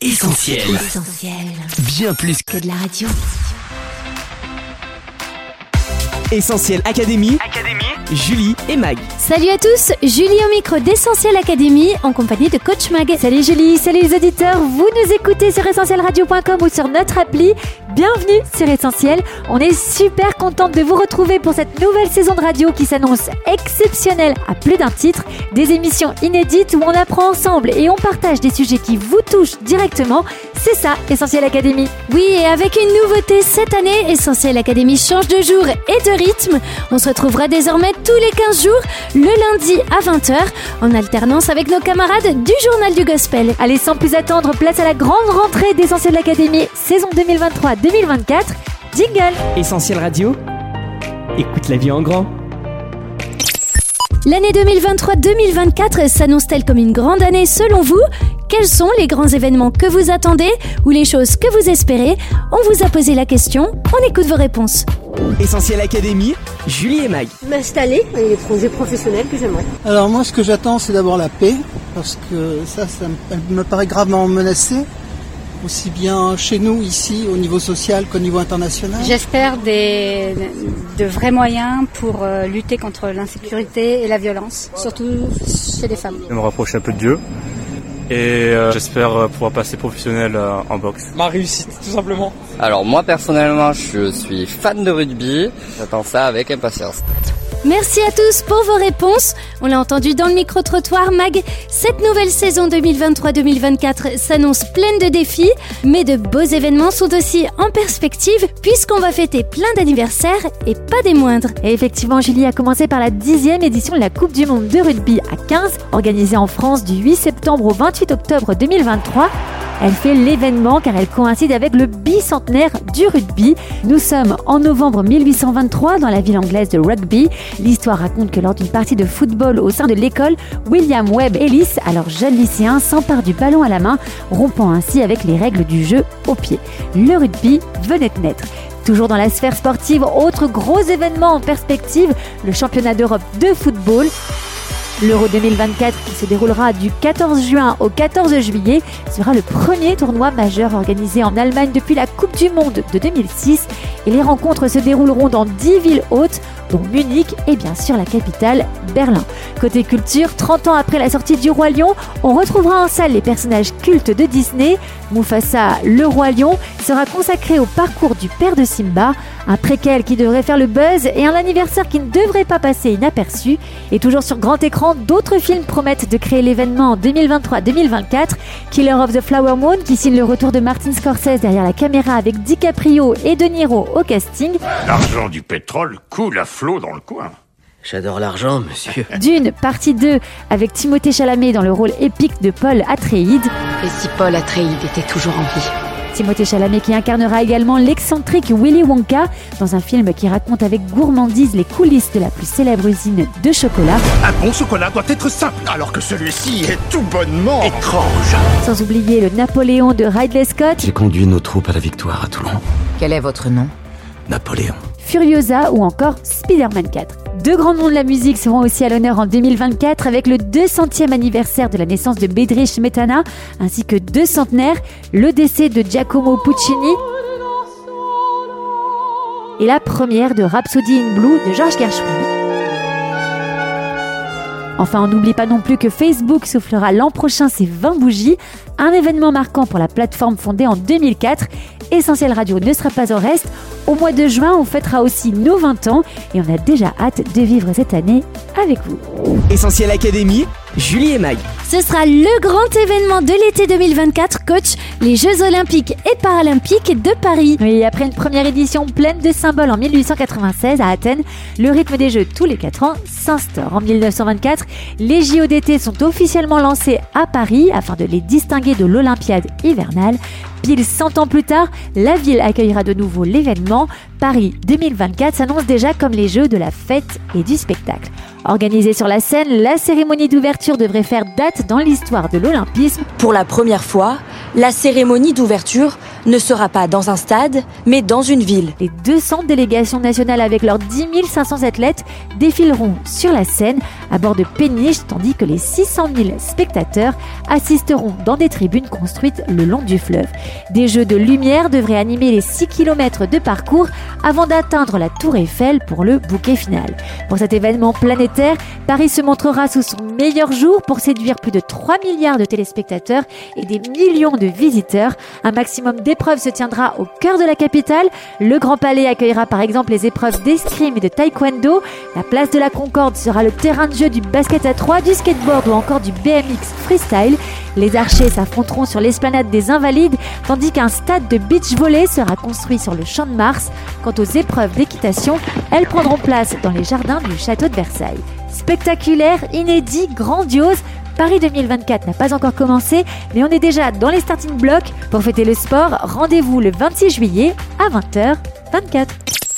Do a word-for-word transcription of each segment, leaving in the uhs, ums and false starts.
Essentiel. Essentiel. Bien plus que de la radio. Essentiel Académie. Académie. Julie et Mag. Salut à tous, Julie au micro d'Essentiel Académie en compagnie de Coach Mag. Salut Julie, salut les auditeurs, vous nous écoutez sur essentiel radio point com ou sur notre appli. Bienvenue sur Essentiel, on est super contente de vous retrouver pour cette nouvelle saison de radio qui s'annonce exceptionnelle à plus d'un titre, des émissions inédites où on apprend ensemble et on partage des sujets qui vous touchent directement. C'est ça, Essentiel Académie. Oui, et avec une nouveauté cette année, Essentiel Académie change de jour et de rythme. On se retrouvera désormais tous les quinze jours, le lundi à vingt heures, en alternance avec nos camarades du Journal du Gospel. Allez, sans plus attendre, place à la grande rentrée d'Essentiel Académie, saison deux mille vingt-trois deux mille vingt-quatre. Jingle. Essentiel Radio. Écoute la vie en grand. L'année deux mille vingt-trois deux mille vingt-quatre s'annonce-t-elle comme une grande année selon vous ? Quels sont les grands événements que vous attendez ou les choses que vous espérez ? On vous a posé la question, on écoute vos réponses. Essentiel Académie, Julie et Mag. M'installer et les projets professionnels que j'aimerais. Alors moi, ce que j'attends, c'est d'abord la paix, parce que ça, ça me, me paraît gravement menacé, aussi bien chez nous, ici, au niveau social qu'au niveau international. J'espère des, de vrais moyens pour euh, lutter contre l'insécurité et la violence, surtout chez les femmes. Je me rapproche un peu de Dieu. Et euh, j'espère pouvoir passer professionnel euh, en boxe. Ma réussite, tout simplement. Alors moi personnellement, je suis fan de rugby. J'attends ça avec impatience. Merci à tous pour vos réponses. On l'a entendu dans le micro-trottoir, Mag. Cette nouvelle saison deux mille vingt-trois deux mille vingt-quatre s'annonce pleine de défis, mais de beaux événements sont aussi en perspective puisqu'on va fêter plein d'anniversaires et pas des moindres. Et effectivement, Julie a commencé par la dixième édition de la Coupe du Monde de rugby à quinze, organisée en France du huit septembre au vingt-huit octobre deux mille vingt-trois. Elle fait l'événement car elle coïncide avec le bicentenaire du rugby. Nous sommes en novembre mille huit cent vingt-trois dans la ville anglaise de Rugby. L'histoire raconte que lors d'une partie de football au sein de l'école, William Webb Ellis, alors jeune lycéen, s'empare du ballon à la main, rompant ainsi avec les règles du jeu au pied. Le rugby venait de naître. Toujours dans la sphère sportive, autre gros événement en perspective, le championnat d'Europe de football. L'Euro deux mille vingt-quatre, qui se déroulera du quatorze juin au quatorze juillet, sera le premier tournoi majeur organisé en Allemagne depuis la Coupe du Monde de deux mille six. Et les rencontres se dérouleront dans dix villes hôtes, dont Munich et bien sûr la capitale, Berlin. Côté culture, trente ans après la sortie du Roi Lion, on retrouvera en salle les personnages cultes de Disney. Mufasa, le Roi Lion, sera consacré au parcours du père de Simba, un préquel qui devrait faire le buzz et un anniversaire qui ne devrait pas passer inaperçu. Et toujours sur grand écran, d'autres films promettent de créer l'événement en deux mille vingt-trois deux mille vingt-quatre. Killer of the Flower Moon, qui signe le retour de Martin Scorsese derrière la caméra avec DiCaprio et De Niro au casting. L'argent du pétrole coule à flot dans le coin. J'adore l'argent, monsieur. Dune, partie deux, avec Timothée Chalamet dans le rôle épique de Paul Atreides. Et si Paul Atreides était toujours en vie ? Timothée Chalamet qui incarnera également l'excentrique Willy Wonka dans un film qui raconte avec gourmandise les coulisses de la plus célèbre usine de chocolat. Un bon chocolat doit être simple, alors que celui-ci est tout bonnement étrange. Sans oublier le Napoléon de Ridley Scott. J'ai conduit nos troupes à la victoire à Toulon. Quel est votre nom ? Napoléon. Furiosa ou encore Spider-Man quatre. Deux grands noms de la musique seront aussi à l'honneur en deux mille vingt-quatre avec le deux centième anniversaire de la naissance de Bedřich Smetana ainsi que deux centenaires, le décès de Giacomo Puccini et la première de Rhapsody in Blue de George Gershwin. Enfin, on n'oublie pas non plus que Facebook soufflera l'an prochain ses vingt bougies, un événement marquant pour la plateforme fondée en deux mille quatre. Essentiel Radio ne sera pas en reste. Au mois de juin, on fêtera aussi nos vingt ans et on a déjà hâte de vivre cette année avec vous. Essentiel Académie, Julie et Mag. Ce sera le grand événement de l'été deux mille vingt-quatre, coach, les Jeux Olympiques et Paralympiques de Paris. Oui, après une première édition pleine de symboles en mille huit cent quatre-vingt-seize à Athènes, le rythme des Jeux tous les quatre ans s'instaure. En mille neuf cent vingt-quatre, les J O d'été sont officiellement lancés à Paris afin de les distinguer de l'Olympiade hivernale. Pile cent ans plus tard, la ville accueillera de nouveau l'événement. Paris deux mille vingt-quatre s'annonce déjà comme les Jeux de la fête et du spectacle. Organisée sur la scène, la cérémonie d'ouverture devrait faire date dans l'histoire de l'olympisme. Pour la première fois, la cérémonie d'ouverture ne sera pas dans un stade, mais dans une ville. Les deux cents délégations nationales avec leurs dix mille cinq cents athlètes défileront sur la scène à bord de péniches, tandis que les six cent mille spectateurs assisteront dans des tribunes construites le long du fleuve. Des jeux de lumière devraient animer les six kilomètres de parcours avant d'atteindre la Tour Eiffel pour le bouquet final. Pour cet événement planétaire, Paris se montrera sous son meilleur jour pour séduire plus de trois milliards de téléspectateurs et des millions de visiteurs. Un maximum d'épreuves se tiendra au cœur de la capitale. Le Grand Palais accueillera par exemple les épreuves d'escrime et de taekwondo. La place de la Concorde sera le terrain de jeu du basket à trois, du skateboard ou encore du B M X freestyle. Les archers s'affronteront sur l'esplanade des Invalides, tandis qu'un stade de beach volley sera construit sur le Champ de Mars. Quant aux épreuves d'équitation, elles prendront place dans les jardins du château de Versailles. Spectaculaire, inédit, grandiose, Paris deux mille vingt-quatre n'a pas encore commencé, mais on est déjà dans les starting blocks. Pour fêter le sport, rendez-vous le vingt-six juillet à vingt heures vingt-quatre.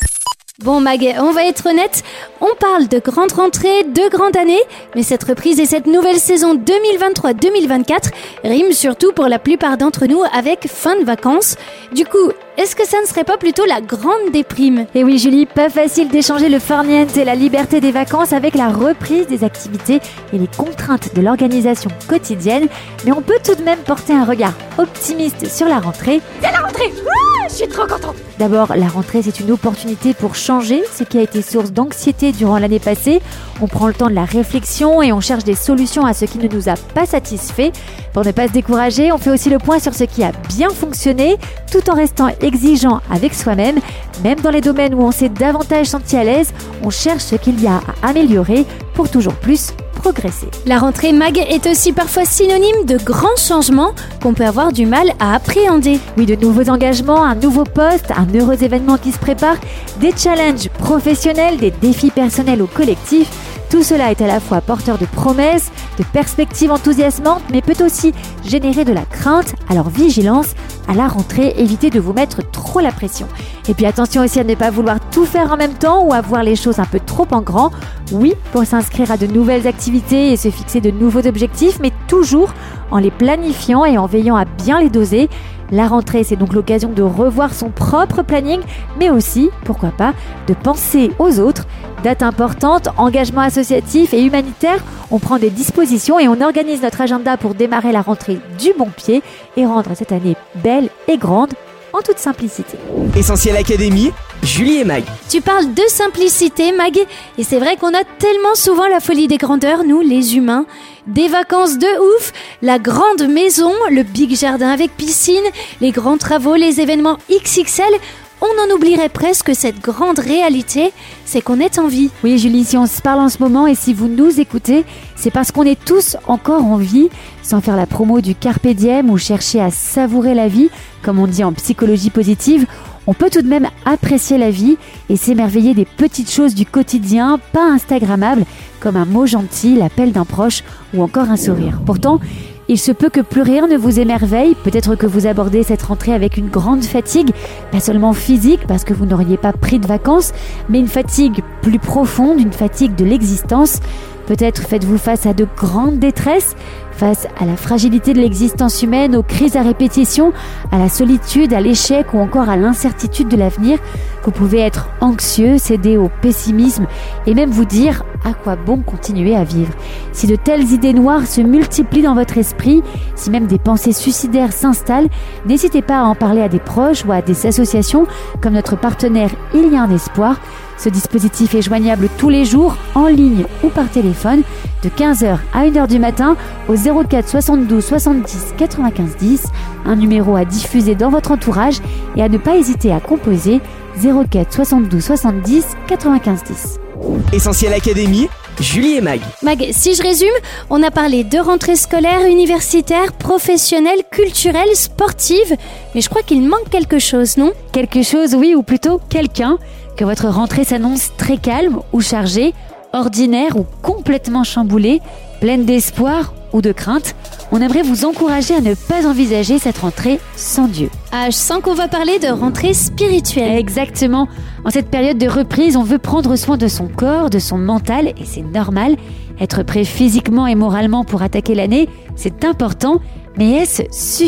Bon Mag, on va être honnête, on parle de grande rentrée, de grande année, mais cette reprise et cette nouvelle saison deux mille vingt-trois deux mille vingt-quatre riment surtout pour la plupart d'entre nous avec fin de vacances. Du coup, est-ce que ça ne serait pas plutôt la grande déprime ? Et oui Julie, pas facile d'échanger le farniente et la liberté des vacances avec la reprise des activités et les contraintes de l'organisation quotidienne, mais on peut tout de même porter un regard optimiste sur la rentrée. C'est la rentrée! Ah, je suis trop contente! D'abord, la rentrée c'est une opportunité pour changer ce qui a été source d'anxiété durant l'année passée. On prend le temps de la réflexion et on cherche des solutions à ce qui ne nous a pas satisfait. Pour ne pas se décourager, on fait aussi le point sur ce qui a bien fonctionné, tout en restant exigeant avec soi-même. Même dans les domaines où on s'est davantage senti à l'aise, on cherche ce qu'il y a à améliorer pour toujours plus progresser. La rentrée Mag est aussi parfois synonyme de grands changements qu'on peut avoir du mal à appréhender. Oui, de nouveaux engagements, un nouveau poste, un heureux événement qui se prépare, des challenges professionnels, des défis personnels ou collectifs. Tout cela est à la fois porteur de promesses, de perspectives enthousiasmantes, mais peut aussi générer de la crainte. Alors vigilance, à la rentrée, évitez de vous mettre trop la pression. Et puis attention aussi à ne pas vouloir tout faire en même temps ou à voir les choses un peu trop en grand. Oui, pour s'inscrire à de nouvelles activités et se fixer de nouveaux objectifs, mais toujours en les planifiant et en veillant à bien les doser. La rentrée, c'est donc l'occasion de revoir son propre planning, mais aussi, pourquoi pas, de penser aux autres. Date importante, engagement associatif et humanitaire, on prend des dispositions et on organise notre agenda pour démarrer la rentrée du bon pied et rendre cette année belle et grande en toute simplicité. Essentiel Académie, Julie et Mag. Tu parles de simplicité, Mag, et c'est vrai qu'on a tellement souvent la folie des grandeurs, nous, les humains. Des vacances de ouf, la grande maison, le big jardin avec piscine, les grands travaux, les événements X X L. On en oublierait presque cette grande réalité, c'est qu'on est en vie. Oui Julie, si on se parle en ce moment et si vous nous écoutez, c'est parce qu'on est tous encore en vie, sans faire la promo du Carpe Diem ou chercher à savourer la vie, comme on dit en psychologie positive. On peut tout de même apprécier la vie et s'émerveiller des petites choses du quotidien, pas instagrammables, comme un mot gentil, l'appel d'un proche ou encore un sourire. Pourtant, il se peut que plus rien ne vous émerveille, peut-être que vous abordez cette rentrée avec une grande fatigue, pas seulement physique parce que vous n'auriez pas pris de vacances, mais une fatigue plus profonde, une fatigue de l'existence. Peut-être faites-vous face à de grandes détresses, face à la fragilité de l'existence humaine, aux crises à répétition, à la solitude, à l'échec ou encore à l'incertitude de l'avenir. Vous pouvez être anxieux, céder au pessimisme et même vous dire à quoi bon continuer à vivre. Si de telles idées noires se multiplient dans votre esprit, si même des pensées suicidaires s'installent, n'hésitez pas à en parler à des proches ou à des associations comme notre partenaire Il y a un espoir. Ce dispositif est joignable tous les jours, en ligne ou par téléphone, de quinze heures à une heure du matin au zéro quatre soixante-douze soixante-dix quatre-vingt-quinze dix, un numéro à diffuser dans votre entourage et à ne pas hésiter à composer zéro quatre soixante-douze soixante-dix quatre-vingt-quinze dix. Essentiel Académie, Julie et Mag. Mag, si je résume, on a parlé de rentrée scolaire, universitaire, professionnelle, culturelle, sportive, mais je crois qu'il manque quelque chose, non ? Quelque chose, oui, ou plutôt quelqu'un. Que votre rentrée s'annonce très calme ou chargée, ordinaire ou complètement chamboulée, pleine d'espoir ou de crainte, on aimerait vous encourager à ne pas envisager cette rentrée sans Dieu. Ah, je sens qu'on va parler de rentrée spirituelle. Exactement. En cette période de reprise, on veut prendre soin de son corps, de son mental, et c'est normal. Être prêt physiquement et moralement pour attaquer l'année, c'est important, mais est-ce suffisant ?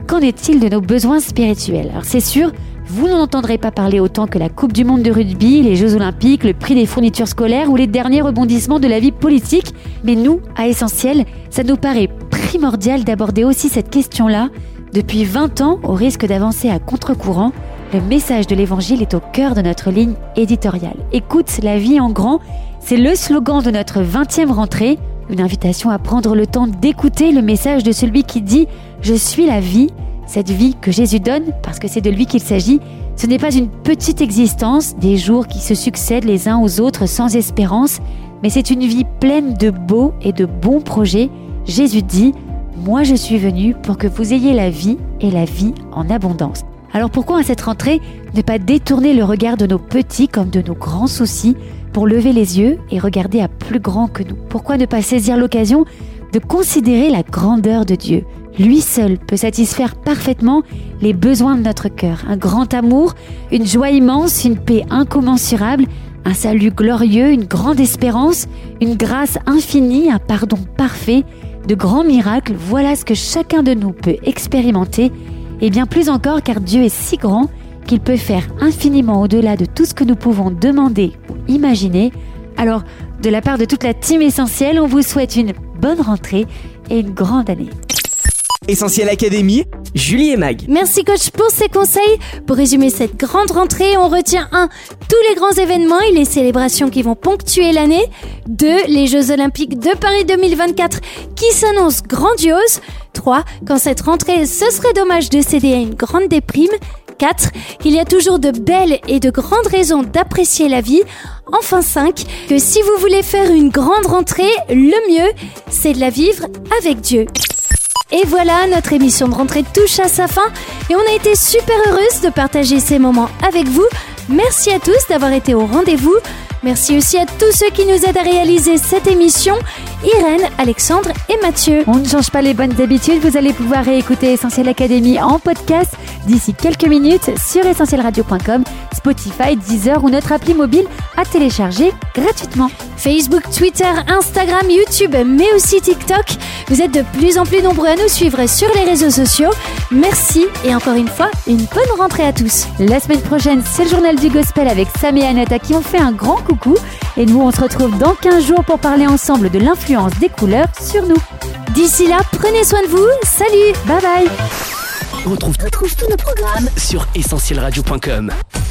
qu'en est-il de nos besoins spirituels? Alors c'est sûr, vous n'en entendrez pas parler autant que la Coupe du Monde de rugby, les Jeux Olympiques, le prix des fournitures scolaires ou les derniers rebondissements de la vie politique. Mais nous, à Essentiel, ça nous paraît primordial d'aborder aussi cette question-là. Depuis vingt ans, au risque d'avancer à contre-courant, le message de l'Évangile est au cœur de notre ligne éditoriale. Écoute la vie en grand, c'est le slogan de notre vingtième rentrée. Une invitation à prendre le temps d'écouter le message de celui qui dit « Je suis la vie ». Cette vie que Jésus donne, parce que c'est de lui qu'il s'agit, ce n'est pas une petite existence, des jours qui se succèdent les uns aux autres sans espérance, mais c'est une vie pleine de beaux et de bons projets. Jésus dit « Moi je suis venu pour que vous ayez la vie et la vie en abondance ». Alors pourquoi à cette rentrée ne pas détourner le regard de nos petits comme de nos grands soucis pour lever les yeux et regarder à plus grand que nous? Pourquoi ne pas saisir l'occasion de considérer la grandeur de Dieu? Lui seul peut satisfaire parfaitement les besoins de notre cœur. Un grand amour, une joie immense, une paix incommensurable, un salut glorieux, une grande espérance, une grâce infinie, un pardon parfait, de grands miracles. Voilà ce que chacun de nous peut expérimenter. Et bien plus encore, car Dieu est si grand qu'il peut faire infiniment au-delà de tout ce que nous pouvons demander ou imaginer. Alors, de la part de toute la team Essentiel, on vous souhaite une bonne rentrée et une grande année. Essentiel Académie, Julie et Mag. Merci coach pour ces conseils. Pour résumer cette grande rentrée, on retient un tous les grands événements et les célébrations qui vont ponctuer l'année. deux Les Jeux Olympiques de Paris deux mille vingt-quatre qui s'annoncent grandioses. trois Quand cette rentrée, ce serait dommage de céder à une grande déprime. quatre Qu'il y a toujours de belles et de grandes raisons d'apprécier la vie. Enfin cinq Que si vous voulez faire une grande rentrée, le mieux, c'est de la vivre avec Dieu. Et voilà, notre émission de rentrée touche à sa fin et on a été super heureuse de partager ces moments avec vous. Merci à tous d'avoir été au rendez-vous. Merci aussi à tous ceux qui nous aident à réaliser cette émission, Irène, Alexandre et Mathieu. On ne change pas les bonnes habitudes, vous allez pouvoir réécouter Essentiel Académie en podcast d'ici quelques minutes sur essentiel radio point com, Spotify, Deezer ou notre appli mobile à télécharger gratuitement. Facebook, Twitter, Instagram, YouTube, mais aussi TikTok. Vous êtes de plus en plus nombreux à nous suivre sur les réseaux sociaux. Merci et encore une fois, une bonne rentrée à tous. La semaine prochaine, c'est le journal du gospel avec Sam et Annette à qui on fait un grand coucou. Et nous, on se retrouve dans quinze jours pour parler ensemble de l'influence des couleurs sur nous. D'ici là, prenez soin de vous. Salut, bye bye. On retrouve, on retrouve tous nos programmes sur essentiel radio point com.